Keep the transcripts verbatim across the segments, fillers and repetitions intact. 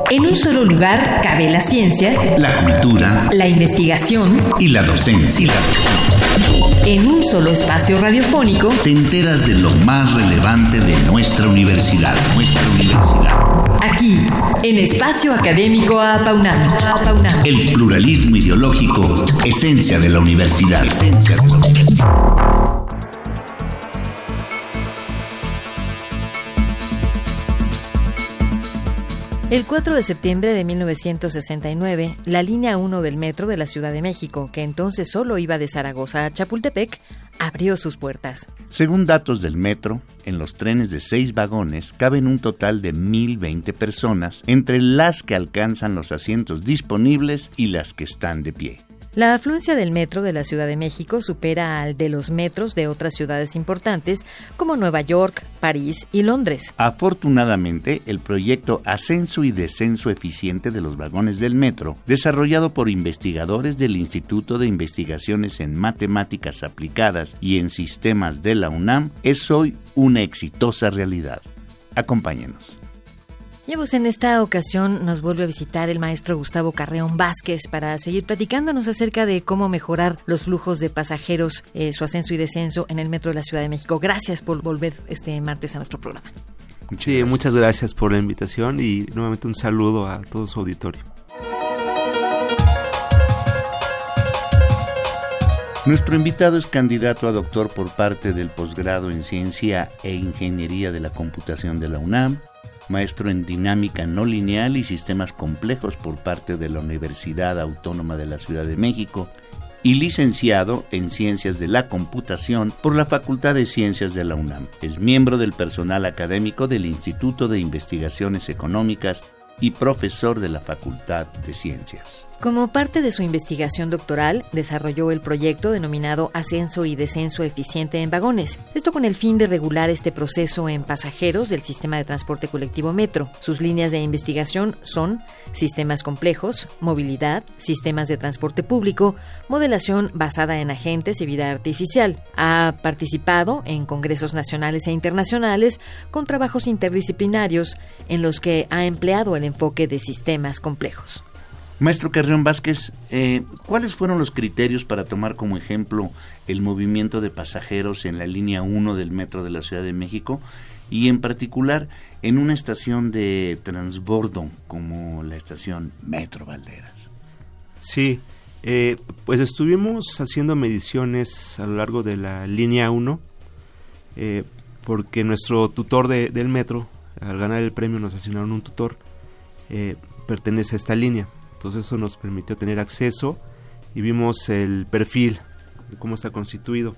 En un solo lugar cabe la ciencia, la cultura, la investigación y la docencia. Y la docencia. En un solo espacio radiofónico te enteras de lo más relevante de nuestra universidad. Nuestra universidad. Aquí, en Espacio Académico Apaunam. El pluralismo ideológico, esencia de la universidad. Esencia de la universidad. El cuatro de septiembre de mil novecientos sesenta y nueve, la línea uno del metro de la Ciudad de México, que entonces solo iba de Zaragoza a Chapultepec, abrió sus puertas. Según datos del metro, en los trenes de seis vagones caben un total de mil veinte personas, entre las que alcanzan los asientos disponibles y las que están de pie. La afluencia del metro de la Ciudad de México supera al de los metros de otras ciudades importantes como Nueva York, París y Londres. Afortunadamente, el proyecto Ascenso y Descenso Eficiente de los Vagones del Metro, desarrollado por investigadores del Instituto de Investigaciones en Matemáticas Aplicadas y en Sistemas de la UNAM, es hoy una exitosa realidad. Acompáñenos. Y pues en esta ocasión nos vuelve a visitar el maestro Gustavo Carreón Vázquez para seguir platicándonos acerca de cómo mejorar los flujos de pasajeros, eh, su ascenso y descenso en el metro de la Ciudad de México. Gracias por volver este martes a nuestro programa. Sí, muchas gracias por la invitación y nuevamente un saludo a todo su auditorio. Nuestro invitado es candidato a doctor por parte del posgrado en Ciencia e Ingeniería de la Computación de la UNAM, maestro en Dinámica No Lineal y Sistemas Complejos por parte de la Universidad Autónoma de la Ciudad de México y licenciado en Ciencias de la Computación por la Facultad de Ciencias de la UNAM. Es miembro del personal académico del Instituto de Investigaciones Económicas y profesor de la Facultad de Ciencias. Como parte de su investigación doctoral, desarrolló el proyecto denominado Ascenso y Descenso Eficiente en Vagones, esto con el fin de regular este proceso en pasajeros del sistema de transporte colectivo Metro. Sus líneas de investigación son sistemas complejos, movilidad, sistemas de transporte público, modelación basada en agentes y vida artificial. Ha participado en congresos nacionales e internacionales con trabajos interdisciplinarios en los que ha empleado el enfoque de sistemas complejos. Maestro Carreón Vázquez, eh, ¿cuáles fueron los criterios para tomar como ejemplo el movimiento de pasajeros en la línea uno del metro de la Ciudad de México y en particular en una estación de transbordo como la estación Metro Valderas? Sí, eh, pues estuvimos haciendo mediciones a lo largo de la línea uno eh, porque nuestro tutor de, del metro, al ganar el premio nos asignaron un tutor, eh, pertenece a esta línea. Entonces eso nos permitió tener acceso y vimos el perfil de cómo está constituido.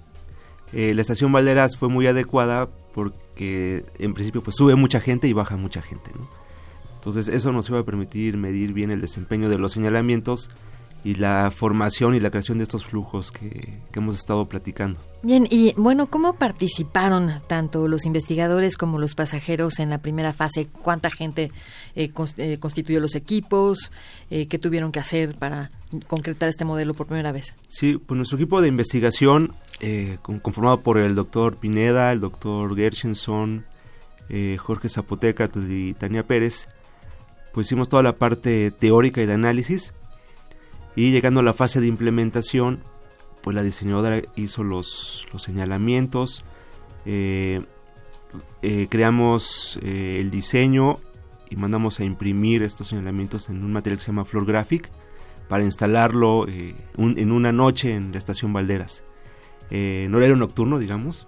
Eh, la estación Valderas fue muy adecuada porque en principio pues sube mucha gente y baja mucha gente, ¿no? Entonces eso nos iba a permitir medir bien el desempeño de los señalamientos y la formación y la creación de estos flujos que, que hemos estado platicando. Bien, y bueno, ¿cómo participaron tanto los investigadores como los pasajeros en la primera fase? ¿Cuánta gente eh, con, eh, constituyó los equipos? Eh, ¿Qué tuvieron que hacer para concretar este modelo por primera vez? Sí, pues nuestro equipo de investigación, eh, conformado por el doctor Pineda, el doctor Gershenson, eh, Jorge Zapoteca y Tania Pérez, pues hicimos toda la parte teórica y de análisis. Y llegando a la fase de implementación, pues la diseñadora hizo los, los señalamientos, eh, eh, creamos eh, el diseño y mandamos a imprimir estos señalamientos en un material que se llama Floor Graphic para instalarlo eh, un, en una noche en la estación Valderas, eh, en horario nocturno, digamos,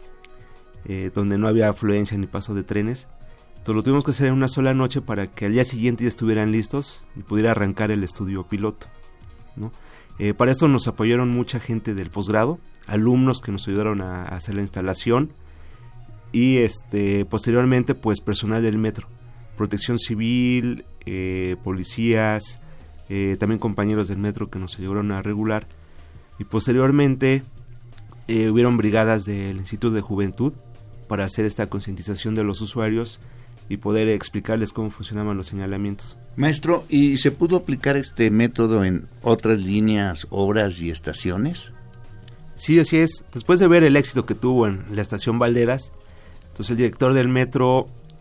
eh, donde no había afluencia ni paso de trenes. Entonces lo tuvimos que hacer en una sola noche para que al día siguiente ya estuvieran listos y pudiera arrancar el estudio piloto, ¿no? Eh, para esto nos apoyaron mucha gente del posgrado, alumnos que nos ayudaron a, a hacer la instalación y este posteriormente pues personal del metro, protección civil, eh, policías, eh, también compañeros del metro que nos ayudaron a regular y posteriormente eh, hubieron brigadas del Instituto de Juventud para hacer esta concientización de los usuarios y poder explicarles cómo funcionaban los señalamientos. Maestro, ¿y se pudo aplicar este método en otras líneas, obras y estaciones? Sí, así es. Después de ver el éxito que tuvo en la estación Valderas, entonces el director del metro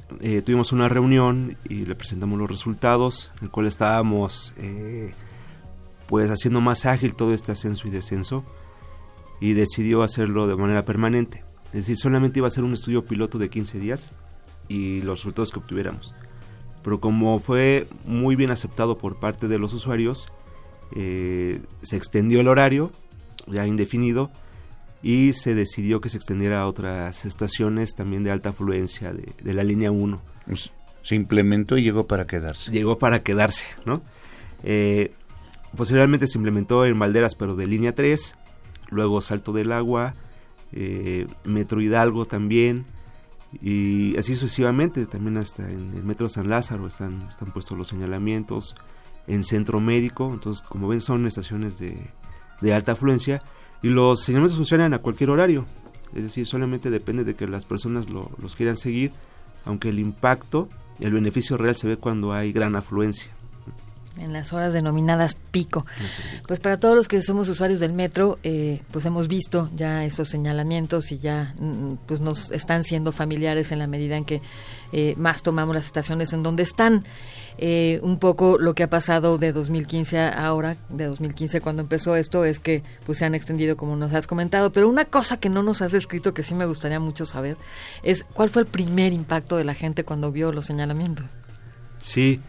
eh, tuvimos una reunión y le presentamos los resultados, en el cual estábamos eh, pues haciendo más ágil todo este ascenso y descenso, y decidió hacerlo de manera permanente. Es decir, solamente iba a ser un estudio piloto de quince días y los resultados que obtuviéramos. Pero como fue muy bien aceptado por parte de los usuarios, eh, se extendió el horario, ya indefinido, y se decidió que se extendiera a otras estaciones también de alta afluencia de, de la línea uno. Se implementó y llegó para quedarse. Llegó para quedarse, ¿no? Eh, posteriormente se implementó en Valderas, pero de línea tres, luego Salto del Agua, eh, Metro Hidalgo también, y así sucesivamente. También hasta en el Metro San Lázaro están, están puestos los señalamientos, en Centro Médico. Entonces, como ven, son estaciones de, de alta afluencia, y los señalamientos funcionan a cualquier horario, es decir, solamente depende de que las personas lo, los quieran seguir, aunque el impacto, el beneficio real se ve cuando hay gran afluencia. En las horas denominadas pico. Pues para todos los que somos usuarios del metro, eh, pues hemos visto ya esos señalamientos y ya pues nos están siendo familiares en la medida en que eh, más tomamos las estaciones en donde están. Eh, un poco lo que ha pasado de dos mil quince a ahora, de dos mil quince cuando empezó esto, es que pues se han extendido como nos has comentado, pero una cosa que no nos has descrito que sí me gustaría mucho saber es ¿cuál fue el primer impacto de la gente cuando vio los señalamientos? Sí,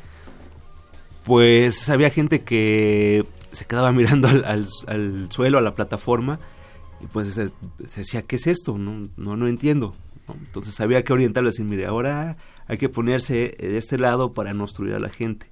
pues había gente que se quedaba mirando al, al, al suelo, a la plataforma, y pues se, se decía, ¿qué es esto? No, no, no entiendo. ¿No? Entonces había que orientarlo y decir, mire, ahora hay que ponerse de este lado para no obstruir a la gente.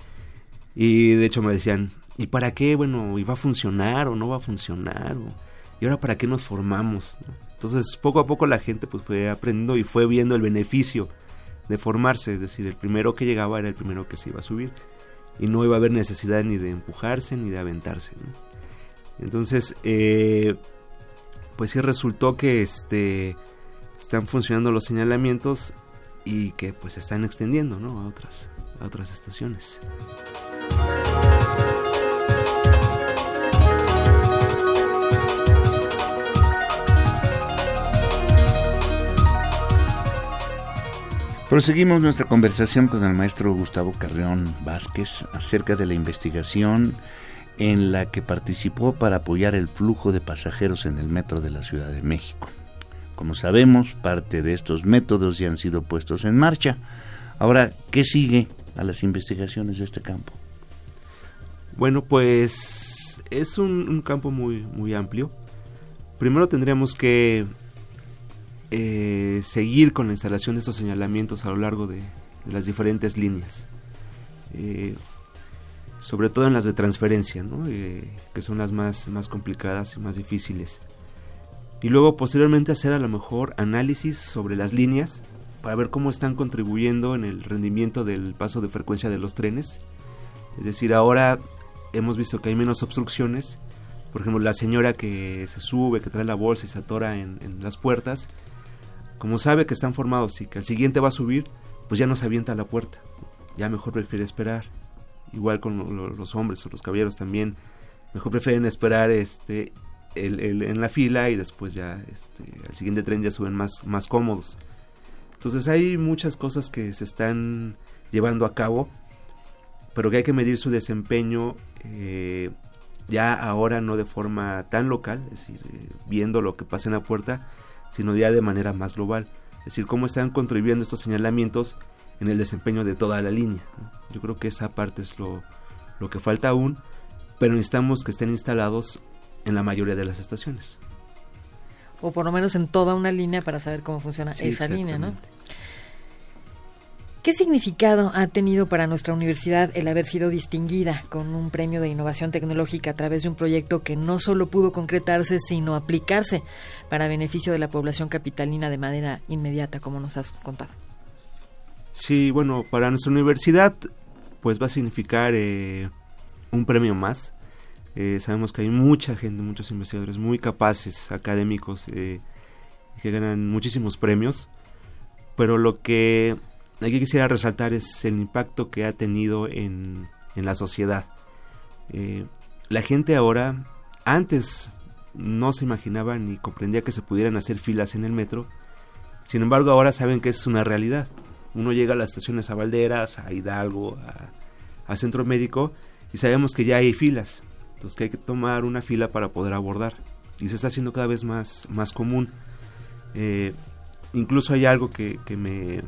Y de hecho me decían, ¿y para qué? Bueno, ¿y va a funcionar o no va a funcionar? O, ¿y ahora para qué nos formamos? ¿No? Entonces poco a poco la gente pues fue aprendiendo y fue viendo el beneficio de formarse, es decir, el primero que llegaba era el primero que se iba a subir. Y no iba a haber necesidad ni de empujarse ni de aventarse, ¿no? Entonces, eh, pues sí resultó que este están funcionando los señalamientos y que pues se están extendiendo, ¿no? a otras a otras estaciones. Proseguimos nuestra conversación con el maestro Gustavo Carrión Vázquez acerca de la investigación en la que participó para apoyar el flujo de pasajeros en el metro de la Ciudad de México. Como sabemos, parte de estos métodos ya han sido puestos en marcha. Ahora, ¿qué sigue a las investigaciones de este campo? Bueno, pues es un, un campo muy, muy amplio. Primero tendríamos que Eh, seguir con la instalación de estos señalamientos a lo largo de, de las diferentes líneas, eh, sobre todo en las de transferencia, ¿no? eh, que son las más, más complicadas y más difíciles, y luego posteriormente hacer a lo mejor análisis sobre las líneas para ver cómo están contribuyendo en el rendimiento del paso de frecuencia de los trenes. Es decir, ahora hemos visto que hay menos obstrucciones. Por ejemplo, la señora que se sube, que trae la bolsa y se atora en, en las puertas, como sabe que están formados y que al siguiente va a subir, pues ya no se avienta a la puerta, ya mejor prefiere esperar. Igual con lo, los hombres o los caballeros también, mejor prefieren esperar este el, el, en la fila y después ya este, al siguiente tren ya suben más, más cómodos. Entonces hay muchas cosas que se están llevando a cabo, pero que hay que medir su desempeño eh, ya ahora no de forma tan local, es decir, eh, viendo lo que pasa en la puerta, sino ya de manera más global, es decir, cómo están contribuyendo estos señalamientos en el desempeño de toda la línea, ¿no? Yo creo que esa parte es lo, lo que falta aún, pero necesitamos que estén instalados en la mayoría de las estaciones. O por lo menos en toda una línea para saber cómo funciona Sí, esa línea, ¿no? exactamente. ¿Qué significado ha tenido para nuestra universidad el haber sido distinguida con un premio de innovación tecnológica a través de un proyecto que no solo pudo concretarse, sino aplicarse para beneficio de la población capitalina de manera inmediata, como nos has contado? Sí, bueno, para nuestra universidad pues va a significar eh, un premio más. Eh, sabemos que hay mucha gente, muchos investigadores muy capaces, académicos, eh, que ganan muchísimos premios, pero lo que aquí quisiera resaltar es el impacto que ha tenido en, en la sociedad. Eh, la gente ahora, antes no se imaginaba ni comprendía que se pudieran hacer filas en el metro, sin embargo ahora saben que es una realidad. Uno llega a las estaciones a Valderas, a Hidalgo, a, a Centro Médico, y sabemos que ya hay filas, entonces que hay que tomar una fila para poder abordar, y se está haciendo cada vez más, más común. Eh, incluso hay algo que, que me,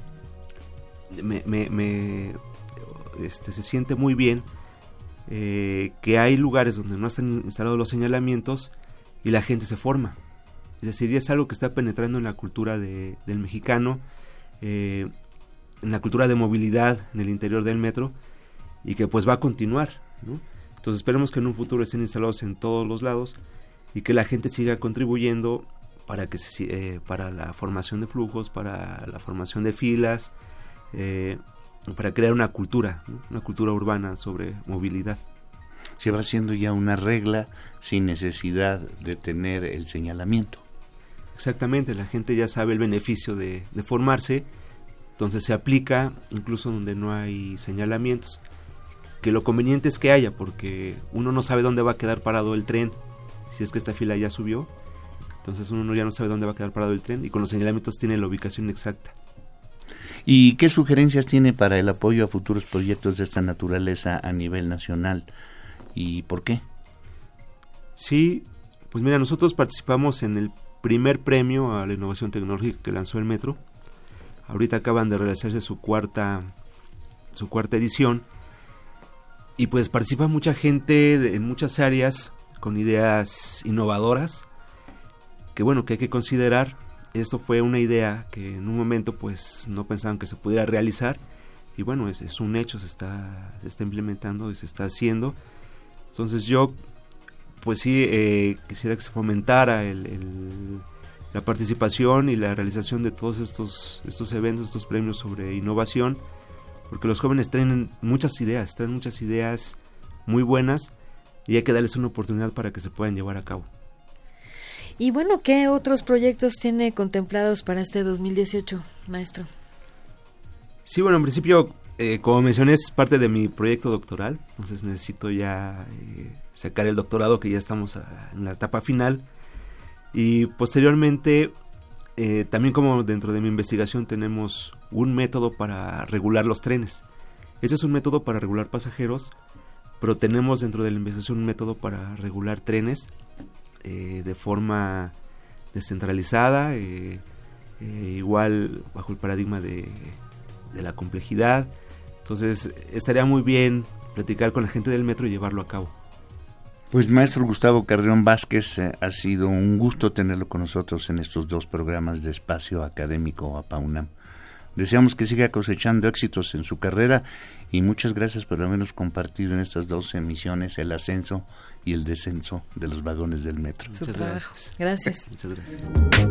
me, me, me este, se siente muy bien, eh, que hay lugares donde no están instalados los señalamientos y la gente se forma. Es decir, ya es algo que está penetrando en la cultura de, del mexicano, eh, en la cultura de movilidad en el interior del metro, y que pues va a continuar, ¿no? Entonces esperemos que en un futuro estén instalados en todos los lados y que la gente siga contribuyendo para que se, eh, para la formación de flujos, para la formación de filas, eh, para crear una cultura, ¿no? Una cultura urbana sobre movilidad. Se va haciendo ya una regla sin necesidad de tener el señalamiento. Exactamente, la gente ya sabe el beneficio de, de formarse, entonces se aplica incluso donde no hay señalamientos, que lo conveniente es que haya, porque uno no sabe dónde va a quedar parado el tren, si es que esta fila ya subió, entonces uno ya no sabe dónde va a quedar parado el tren, y con los señalamientos tiene la ubicación exacta. ¿Y qué sugerencias tiene para el apoyo a futuros proyectos de esta naturaleza a nivel nacional? ¿Y por qué? Sí, pues mira, nosotros participamos en el primer premio a la innovación tecnológica que lanzó el Metro. Ahorita acaban de realizarse su cuarta su cuarta edición, y pues participa mucha gente de, en muchas áreas con ideas innovadoras que bueno, que hay que considerar. Esto fue una idea que en un momento pues no pensaban que se pudiera realizar, y bueno, es, es un hecho, se está, se está implementando y se está haciendo. Entonces yo pues sí eh, quisiera que se fomentara el, el, la participación y la realización de todos estos, estos eventos, estos premios sobre innovación, porque los jóvenes traen muchas ideas, traen muchas ideas muy buenas, y hay que darles una oportunidad para que se puedan llevar a cabo. Y bueno, ¿qué otros proyectos tiene contemplados para este dos mil dieciocho, maestro? Sí, bueno, en principio, eh, como mencioné, es parte de mi proyecto doctoral, entonces necesito ya eh, sacar el doctorado, que ya estamos a, en la etapa final, y posteriormente, eh, también como dentro de mi investigación tenemos un método para regular los trenes. Este es un método para regular pasajeros, pero tenemos dentro de la investigación un método para regular trenes eh, de forma descentralizada, eh, eh, igual bajo el paradigma de, de la complejidad. Entonces estaría muy bien platicar con la gente del metro y llevarlo a cabo. Pues maestro Gustavo Carrión Vázquez, eh, ha sido un gusto tenerlo con nosotros en estos dos programas de Espacio Académico A P A UNAM. Deseamos que siga cosechando éxitos en su carrera, y muchas gracias por habernos compartido en estas dos emisiones el ascenso y el descenso de los vagones del metro. Muchas gracias. Gracias. Muchas gracias.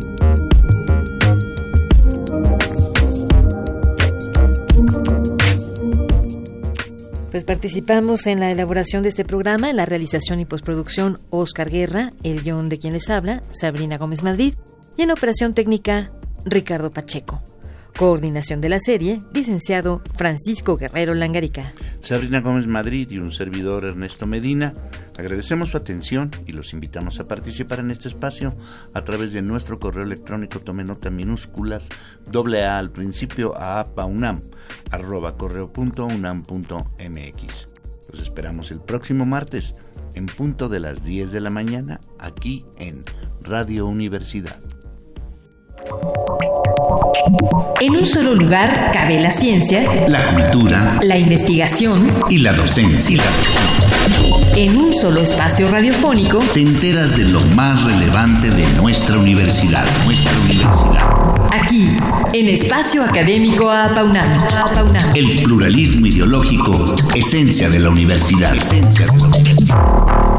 Pues participamos en la elaboración de este programa, en la realización y postproducción Oscar Guerra, el guión de quien les habla, Sabrina Gómez Madrid, y en la operación técnica Ricardo Pacheco. Coordinación de la serie, licenciado Francisco Guerrero Langarica. Sabrina Gómez Madrid y un servidor Ernesto Medina, agradecemos su atención y los invitamos a participar en este espacio a través de nuestro correo electrónico, tome nota minúsculas, doble A al principio, a apaunam, arroba correo punto unam punto mx. Los esperamos el próximo martes, en punto de las diez de la mañana, aquí en Radio Universidad. En un solo lugar cabe la ciencia, la cultura, la investigación y la docencia. En un solo espacio radiofónico te enteras de lo más relevante de nuestra universidad. Nuestra universidad. Aquí, en Espacio Académico A P A UNAM. El pluralismo ideológico, esencia de la universidad. Esencia de la universidad.